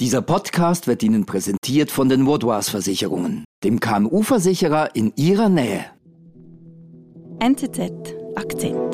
Dieser Podcast wird Ihnen präsentiert von den Vaudoise Versicherungen, dem KMU-Versicherer in Ihrer Nähe. NZZ Akzent.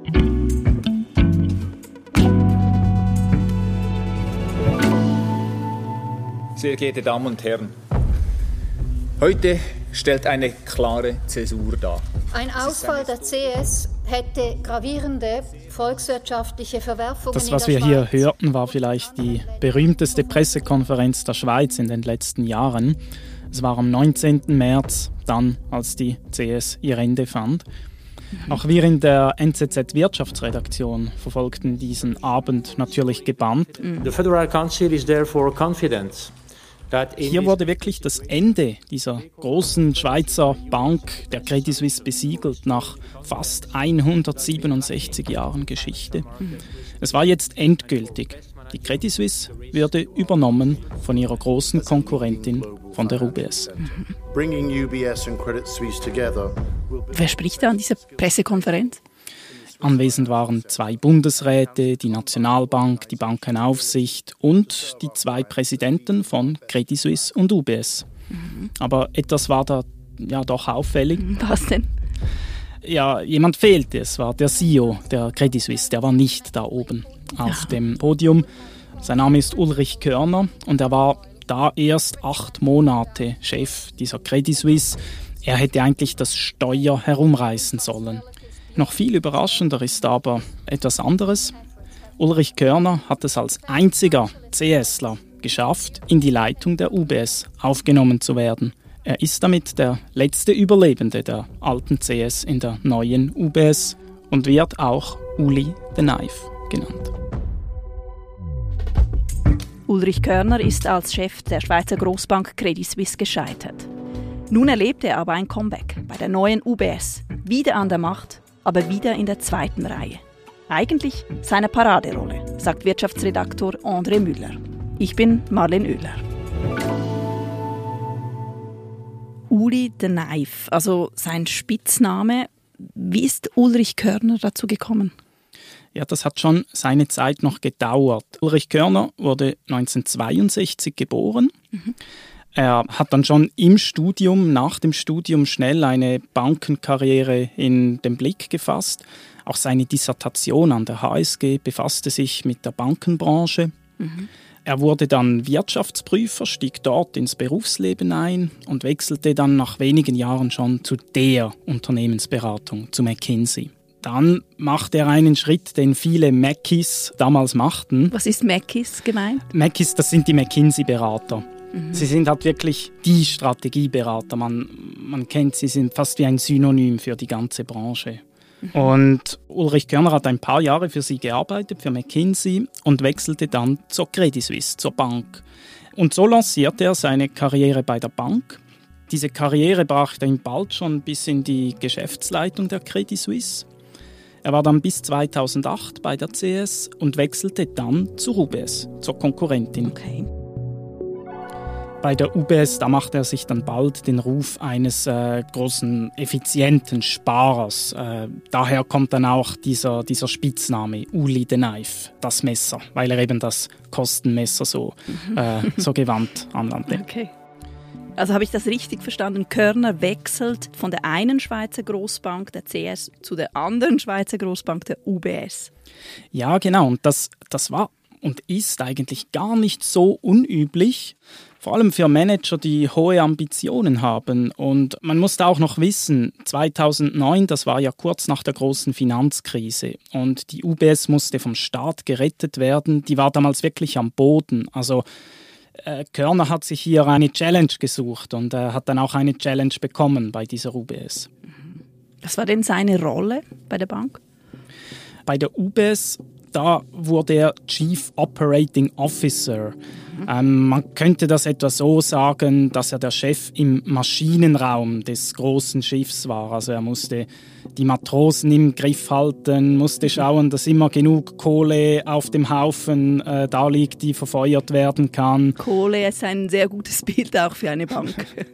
Sehr geehrte Damen und Herren, heute stellt eine klare Zäsur dar. Ein Ausfall der CS hätte gravierende volkswirtschaftliche Verwerfungen Das, was wir hier hörten, war vielleicht die berühmteste Pressekonferenz der Schweiz in den letzten Jahren. Es war am 19. März, dann, als die CS ihr Ende fand. Auch wir in der NZZ-Wirtschaftsredaktion verfolgten diesen Abend natürlich gebannt. The Federal Council is therefore confident. Hier wurde wirklich das Ende dieser großen Schweizer Bank, der Credit Suisse, besiegelt nach fast 167 Jahren Geschichte. Es war jetzt endgültig. Die Credit Suisse würde übernommen von ihrer großen Konkurrentin, von der UBS. Bringing UBS and Credit Suisse together. Wer spricht da an dieser Pressekonferenz? Anwesend waren 2 Bundesräte, die Nationalbank, die Bankenaufsicht und die 2 Präsidenten von Credit Suisse und UBS. Aber etwas war da ja doch auffällig. Was denn? Ja, jemand fehlte. Es war der CEO der Credit Suisse. Der war nicht da oben auf dem Podium. Sein Name ist Ulrich Körner und er war da erst 8 Monate Chef dieser Credit Suisse. Er hätte eigentlich das Steuer herumreißen sollen. Noch viel überraschender ist aber etwas anderes. Ulrich Körner hat es als einziger CSler geschafft, in die Leitung der UBS aufgenommen zu werden. Er ist damit der letzte Überlebende der alten CS in der neuen UBS und wird auch Uli the Knife genannt. Ulrich Körner ist als Chef der Schweizer Grossbank Credit Suisse gescheitert. Nun erlebt er aber ein Comeback bei der neuen UBS. Wieder an der Macht, aber wieder in der 2. Reihe. Eigentlich seine Paraderolle, sagt Wirtschaftsredaktor André Müller. Ich bin Marlene Oehler. Uli the Knife, also sein Spitzname. Wie ist Ulrich Körner dazu gekommen? Ja, das hat schon seine Zeit noch gedauert. Ulrich Körner wurde 1962 geboren. Er hat dann schon nach dem Studium schnell eine Bankenkarriere in den Blick gefasst. Auch seine Dissertation an der HSG befasste sich mit der Bankenbranche. Er wurde dann Wirtschaftsprüfer, stieg dort ins Berufsleben ein und wechselte dann nach wenigen Jahren schon zu der Unternehmensberatung, zu McKinsey. Dann machte er einen Schritt, den viele Mackies damals machten. Was ist Mackies gemeint? Mackies, das sind die McKinsey-Berater. Sie sind halt wirklich die Strategieberater. Man kennt sie, sind fast wie ein Synonym für die ganze Branche. Und Ulrich Körner hat ein paar Jahre für sie gearbeitet, für McKinsey, und wechselte dann zur Credit Suisse, zur Bank. Und so lancierte er seine Karriere bei der Bank. Diese Karriere brachte ihn bald schon bis in die Geschäftsleitung der Credit Suisse. Er war dann bis 2008 bei der CS und wechselte dann zur UBS, zur Konkurrentin. Okay. Bei der UBS, da machte er sich dann bald den Ruf eines großen, effizienten Sparers. Daher kommt dann auch dieser Spitzname, Uli the Knife, das Messer, weil er eben das Kostenmesser so gewandt anwandte. Okay. Also habe ich das richtig verstanden? Körner wechselt von der einen Schweizer Grossbank, der CS, zu der anderen Schweizer Grossbank, der UBS. Ja, genau. Und das war und ist eigentlich gar nicht so unüblich. Vor allem für Manager, die hohe Ambitionen haben. Und man muss da auch noch wissen, 2009, das war ja kurz nach der großen Finanzkrise. Und die UBS musste vom Staat gerettet werden. Die war damals wirklich am Boden. Also Körner hat sich hier eine Challenge gesucht und hat dann auch eine Challenge bekommen bei dieser UBS. Was war denn seine Rolle bei der Bank? Bei der UBS, da wurde er Chief Operating Officer. Man könnte das etwa so sagen, dass er der Chef im Maschinenraum des großen Schiffs war. Also er musste die Matrosen im Griff halten, musste schauen, dass immer genug Kohle auf dem Haufen da liegt, die verfeuert werden kann. Kohle ist ein sehr gutes Bild auch für eine Bank.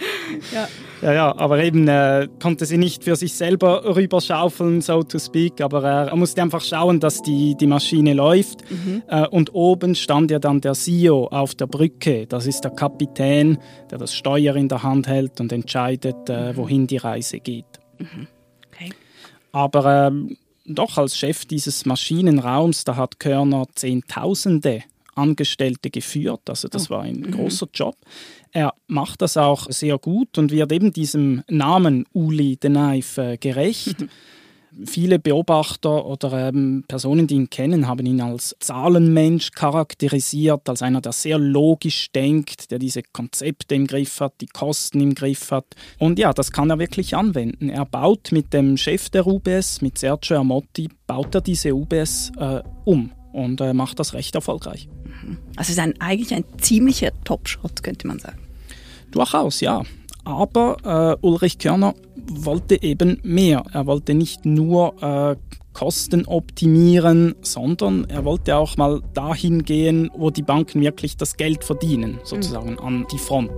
Ja, aber eben konnte sie nicht für sich selber rüberschaufeln, so to speak. Aber er musste einfach schauen, dass die Maschine läuft. Und oben stand ja dann der CEO auf der Brücke. Das ist der Kapitän, der das Steuer in der Hand hält und entscheidet, wohin die Reise geht. Okay. Aber doch als Chef dieses Maschinenraums, da hat Körner Zehntausende Angestellte geführt. Also das war ein großer Job. Er macht das auch sehr gut und wird eben diesem Namen Uli the Knife gerecht. Viele Beobachter oder Personen, die ihn kennen, haben ihn als Zahlenmensch charakterisiert, als einer, der sehr logisch denkt, der diese Konzepte im Griff hat, die Kosten im Griff hat. Und ja, das kann er wirklich anwenden. Er baut mit dem Chef der UBS, mit Sergio Ermotti, baut er diese UBS um und macht das recht erfolgreich. Also es ist eigentlich ein ziemlicher Top-Shot, könnte man sagen. Durchaus, ja. Aber Ulrich Körner wollte eben mehr. Er wollte nicht nur Kosten optimieren, sondern er wollte auch mal dahin gehen, wo die Banken wirklich das Geld verdienen, sozusagen an die Front.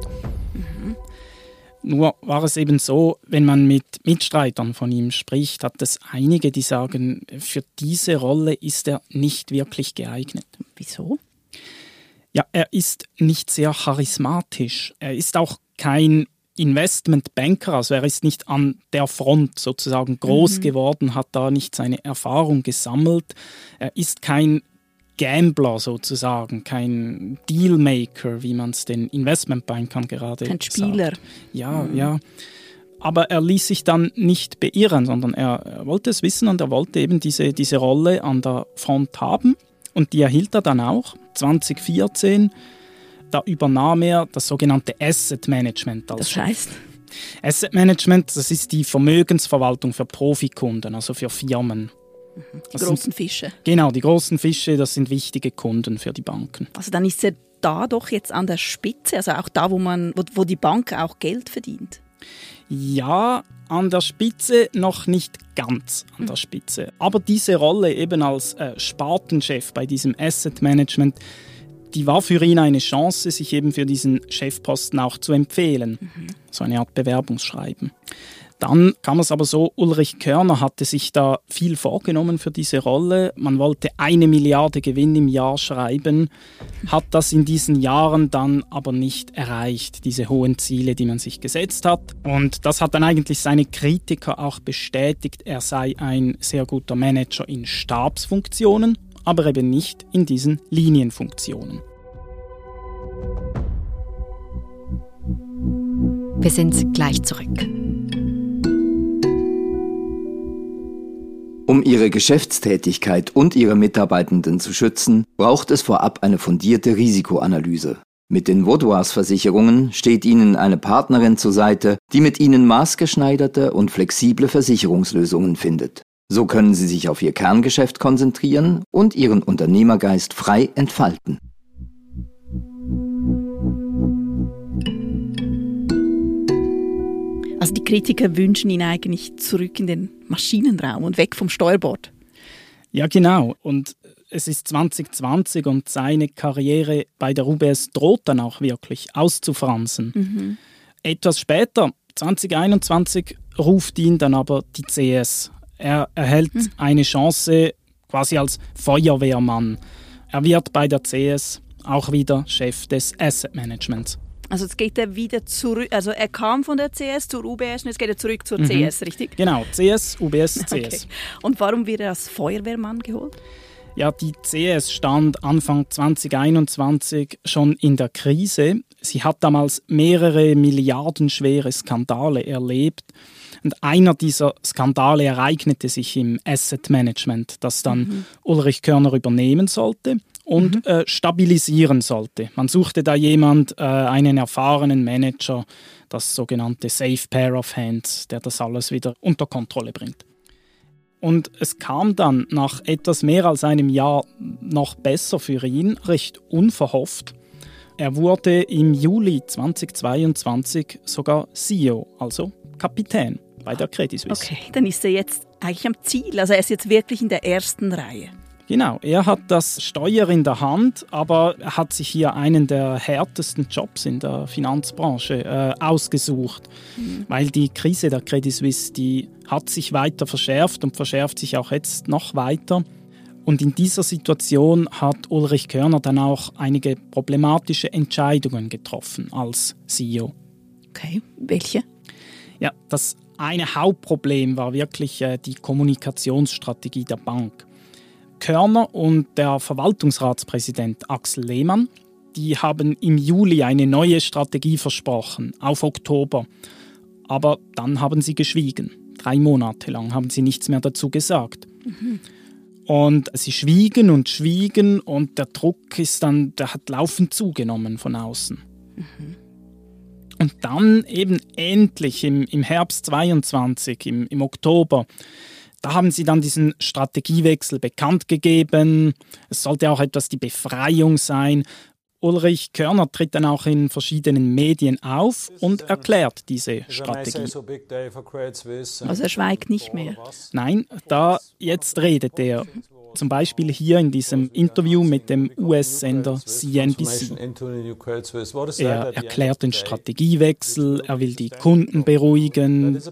Nur war es eben so, wenn man mit Mitstreitern von ihm spricht, hat es einige, die sagen, für diese Rolle ist er nicht wirklich geeignet. Wieso? Ja, er ist nicht sehr charismatisch. Er ist auch kein Investmentbanker, also er ist nicht an der Front sozusagen groß geworden, hat da nicht seine Erfahrung gesammelt. Er ist kein Gambler sozusagen, kein Dealmaker, wie man es den Investmentbankern gerade sagt. Kein Spieler. Ja. Aber er ließ sich dann nicht beirren, sondern er wollte es wissen und er wollte eben diese Rolle an der Front haben. Und die erhielt er dann auch 2014. Da übernahm er das sogenannte Asset Management. Das heißt? Asset Management, das ist die Vermögensverwaltung für Profikunden, also für Firmen. Die großen Fische. Genau, die großen Fische, das sind wichtige Kunden für die Banken. Also dann ist er da doch jetzt an der Spitze, also auch da, wo die Bank auch Geld verdient. Ja, an der Spitze noch nicht ganz an der Spitze. Aber diese Rolle eben als Spartenchef bei diesem Asset Management, die war für ihn eine Chance, sich eben für diesen Chefposten auch zu empfehlen. So eine Art Bewerbungsschreiben. Dann kam es aber so, Ulrich Körner hatte sich da viel vorgenommen für diese Rolle. Man wollte 1 Milliarde Gewinn im Jahr schreiben, hat das in diesen Jahren dann aber nicht erreicht, diese hohen Ziele, die man sich gesetzt hat. Und das hat dann eigentlich seine Kritiker auch bestätigt, er sei ein sehr guter Manager in Stabsfunktionen, aber eben nicht in diesen Linienfunktionen. Wir sind gleich zurück. Um ihre Geschäftstätigkeit und ihre Mitarbeitenden zu schützen, braucht es vorab eine fundierte Risikoanalyse. Mit den Vaudoise-Versicherungen steht ihnen eine Partnerin zur Seite, die mit ihnen maßgeschneiderte und flexible Versicherungslösungen findet. So können sie sich auf ihr Kerngeschäft konzentrieren und ihren Unternehmergeist frei entfalten. Also die Kritiker wünschen ihn eigentlich zurück in den Maschinenraum und weg vom Steuerbord. Ja, genau. Und es ist 2020 und seine Karriere bei der UBS droht dann auch wirklich auszufransen. Etwas später, 2021, ruft ihn dann aber die CS. Er erhält eine Chance quasi als Feuerwehrmann. Er wird bei der CS auch wieder Chef des Asset Managements. Also jetzt geht er wieder zurück, also er kam von der CS zur UBS und jetzt geht er zurück zur CS, richtig? Genau, CS, UBS, CS. Okay. Und warum wird er als Feuerwehrmann geholt? Ja, die CS stand Anfang 2021 schon in der Krise. Sie hat damals mehrere milliardenschwere Skandale erlebt. Und einer dieser Skandale ereignete sich im Asset Management, das dann Ulrich Körner übernehmen sollte und stabilisieren sollte. Man suchte da einen erfahrenen Manager, das sogenannte Safe Pair of Hands, der das alles wieder unter Kontrolle bringt. Und es kam dann nach etwas mehr als einem Jahr noch besser für ihn, recht unverhofft. Er wurde im Juli 2022 sogar CEO, also Kapitän bei der Credit Suisse. Okay, dann ist er jetzt eigentlich am Ziel, also er ist jetzt wirklich in der ersten Reihe. Genau, er hat das Steuer in der Hand, aber er hat sich hier einen der härtesten Jobs in der Finanzbranche ausgesucht, weil die Krise der Credit Suisse, die hat sich weiter verschärft und verschärft sich auch jetzt noch weiter. Und in dieser Situation hat Ulrich Körner dann auch einige problematische Entscheidungen getroffen als CEO. Okay, welche? Ja, das eine Hauptproblem war wirklich die Kommunikationsstrategie der Bank. Körner und der Verwaltungsratspräsident Axel Lehmann, die haben im Juli eine neue Strategie versprochen, auf Oktober. Aber dann haben sie geschwiegen. 3 Monate lang haben sie nichts mehr dazu gesagt. Und sie schwiegen und der Druck der hat laufend zugenommen von außen. Und dann eben endlich im Herbst 22, im Oktober, da haben sie dann diesen Strategiewechsel bekannt gegeben. Es sollte auch etwas die Befreiung sein. Ulrich Körner tritt dann auch in verschiedenen Medien auf und erklärt diese Strategie. Also er schweigt nicht mehr. Nein, jetzt redet er. Zum Beispiel hier in diesem Interview mit dem US-Sender CNBC. Er erklärt den Strategiewechsel, er will die Kunden beruhigen,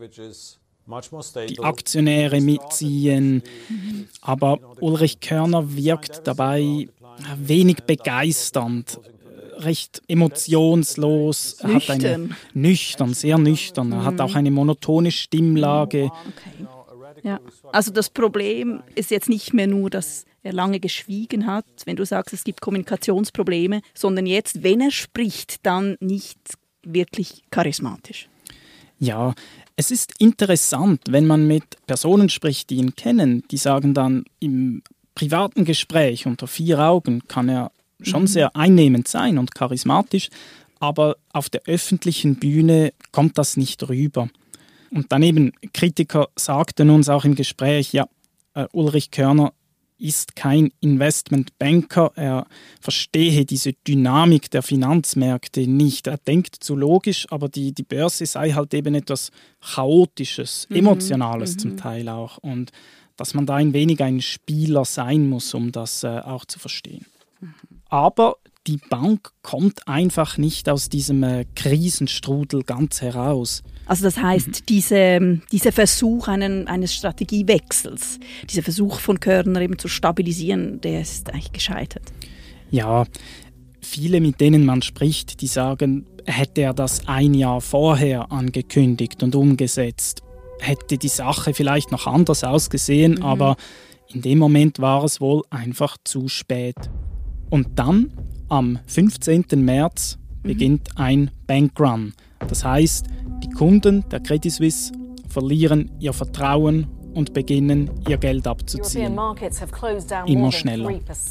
die Aktionäre mitziehen. Aber Ulrich Körner wirkt dabei wenig begeisternd, recht emotionslos. Er hat sehr nüchtern. Er hat auch eine monotone Stimmlage. Okay. Ja. Also das Problem ist jetzt nicht mehr nur, dass er lange geschwiegen hat, wenn du sagst, es gibt Kommunikationsprobleme, sondern jetzt, wenn er spricht, dann nicht wirklich charismatisch. Ja, es ist interessant, wenn man mit Personen spricht, die ihn kennen, die sagen dann, im privaten Gespräch unter 4 Augen kann er schon sehr einnehmend sein und charismatisch, aber auf der öffentlichen Bühne kommt das nicht rüber. Und daneben, Kritiker sagten uns auch im Gespräch, Ulrich Körner ist kein Investmentbanker, er verstehe diese Dynamik der Finanzmärkte nicht. Er denkt zu logisch, aber die Börse sei halt eben etwas Chaotisches, Emotionales zum Teil auch. Und dass man da ein wenig ein Spieler sein muss, um das auch zu verstehen. Aber die Bank kommt einfach nicht aus diesem Krisenstrudel ganz heraus. Also das heißt, dieser Versuch eines Strategiewechsels, dieser Versuch von Körner eben zu stabilisieren, der ist eigentlich gescheitert. Ja, viele, mit denen man spricht, die sagen, hätte er das 1 Jahr vorher angekündigt und umgesetzt, hätte die Sache vielleicht noch anders ausgesehen, aber in dem Moment war es wohl einfach zu spät. Und dann, am 15. März, beginnt ein Bankrun. Das heißt, die Kunden der Credit Suisse verlieren ihr Vertrauen und beginnen, ihr Geld abzuziehen. Immer schneller.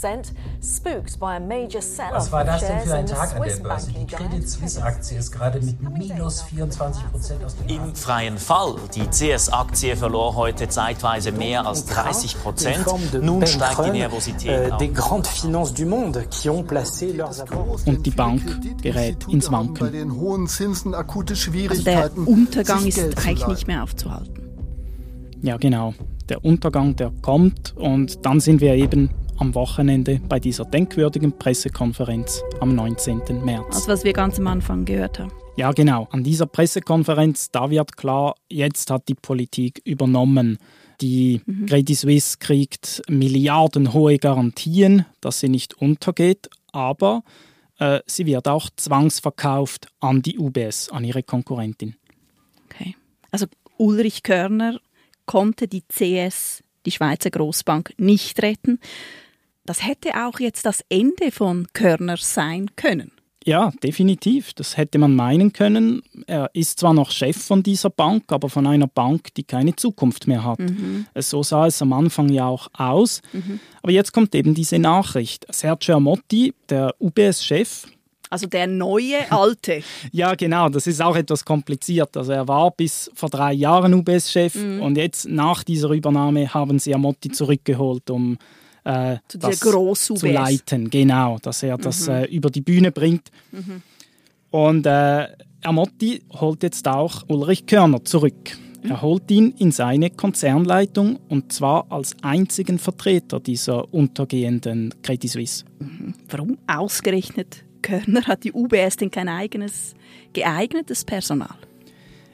Was war das denn für ein Tag an der Börse? Die Credit Suisse-Aktie ist gerade mit minus 24% aus dem Im freien Fall. Die CS-Aktie verlor heute zeitweise mehr als 30%. Nun steigt die Nervosität auf. Und die Bank gerät ins Wanken. Also der Untergang ist eigentlich nicht mehr aufzuhalten. Ja, genau. Der Untergang, der kommt und dann sind wir eben am Wochenende bei dieser denkwürdigen Pressekonferenz am 19. März. Also was wir ganz am Anfang gehört haben. Ja, genau. An dieser Pressekonferenz, da wird klar, jetzt hat die Politik übernommen. Die Credit Suisse kriegt milliardenhohe Garantien, dass sie nicht untergeht, aber sie wird auch zwangsverkauft an die UBS, an ihre Konkurrentin. Okay. Also Ulrich Körner konnte die CS, die Schweizer Grossbank, nicht retten. Das hätte auch jetzt das Ende von Körner sein können. Ja, definitiv. Das hätte man meinen können. Er ist zwar noch Chef von dieser Bank, aber von einer Bank, die keine Zukunft mehr hat. So sah es am Anfang ja auch aus. Aber jetzt kommt eben diese Nachricht. Sergio Ermotti, der UBS-Chef, also der neue Alte. Ja, genau. Das ist auch etwas kompliziert. Also er war bis vor 3 Jahren UBS-Chef und jetzt nach dieser Übernahme haben sie Ermotti zurückgeholt, um das zu leiten. Genau, dass er das über die Bühne bringt. Und Ermotti holt jetzt auch Ulrich Körner zurück. Er holt ihn in seine Konzernleitung und zwar als einzigen Vertreter dieser untergehenden Credit Suisse. Warum ausgerechnet Körner? Hat die UBS denn kein eigenes geeignetes Personal?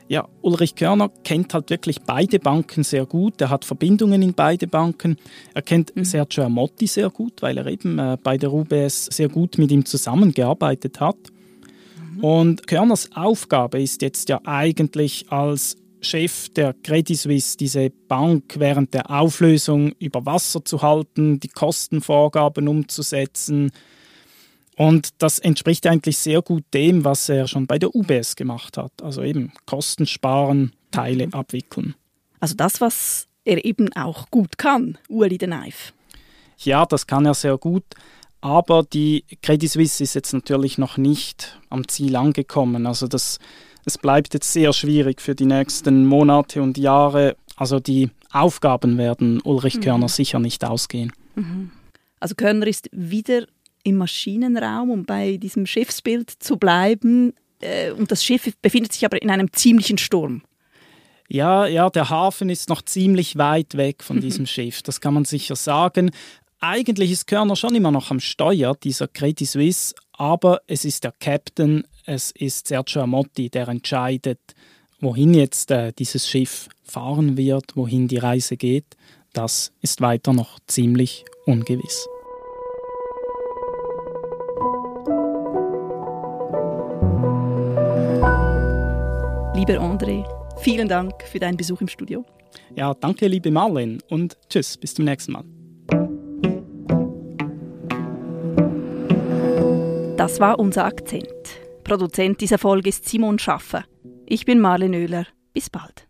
Ja, Ulrich Körner kennt halt wirklich beide Banken sehr gut. Er hat Verbindungen in beide Banken. Er kennt Sergio Ermotti sehr gut, weil er eben bei der UBS sehr gut mit ihm zusammengearbeitet hat. Und Körners Aufgabe ist jetzt ja eigentlich als Chef der Credit Suisse, diese Bank während der Auflösung über Wasser zu halten, die Kostenvorgaben umzusetzen. Und das entspricht eigentlich sehr gut dem, was er schon bei der UBS gemacht hat. Also eben Kosten sparen, Teile abwickeln. Also das, was er eben auch gut kann, Ueli de Nijff. Ja, das kann er sehr gut. Aber die Credit Suisse ist jetzt natürlich noch nicht am Ziel angekommen. Also es bleibt jetzt sehr schwierig für die nächsten Monate und Jahre. Also die Aufgaben werden Ulrich Körner sicher nicht ausgehen. Also Körner ist wieder im Maschinenraum, um bei diesem Schiffsbild zu bleiben. Und das Schiff befindet sich aber in einem ziemlichen Sturm. Ja, der Hafen ist noch ziemlich weit weg von diesem Schiff. Das kann man sicher sagen. Eigentlich ist Körner schon immer noch am Steuer dieser Credit Suisse, aber es ist der Captain, es ist Sergio Ermotti, der entscheidet, wohin jetzt dieses Schiff fahren wird, wohin die Reise geht. Das ist weiter noch ziemlich ungewiss. Lieber André, vielen Dank für deinen Besuch im Studio. Ja, danke liebe Marlene und tschüss, bis zum nächsten Mal. Das war unser Akzent. Produzent dieser Folge ist Simon Schaffer. Ich bin Marlene Oehler. Bis bald.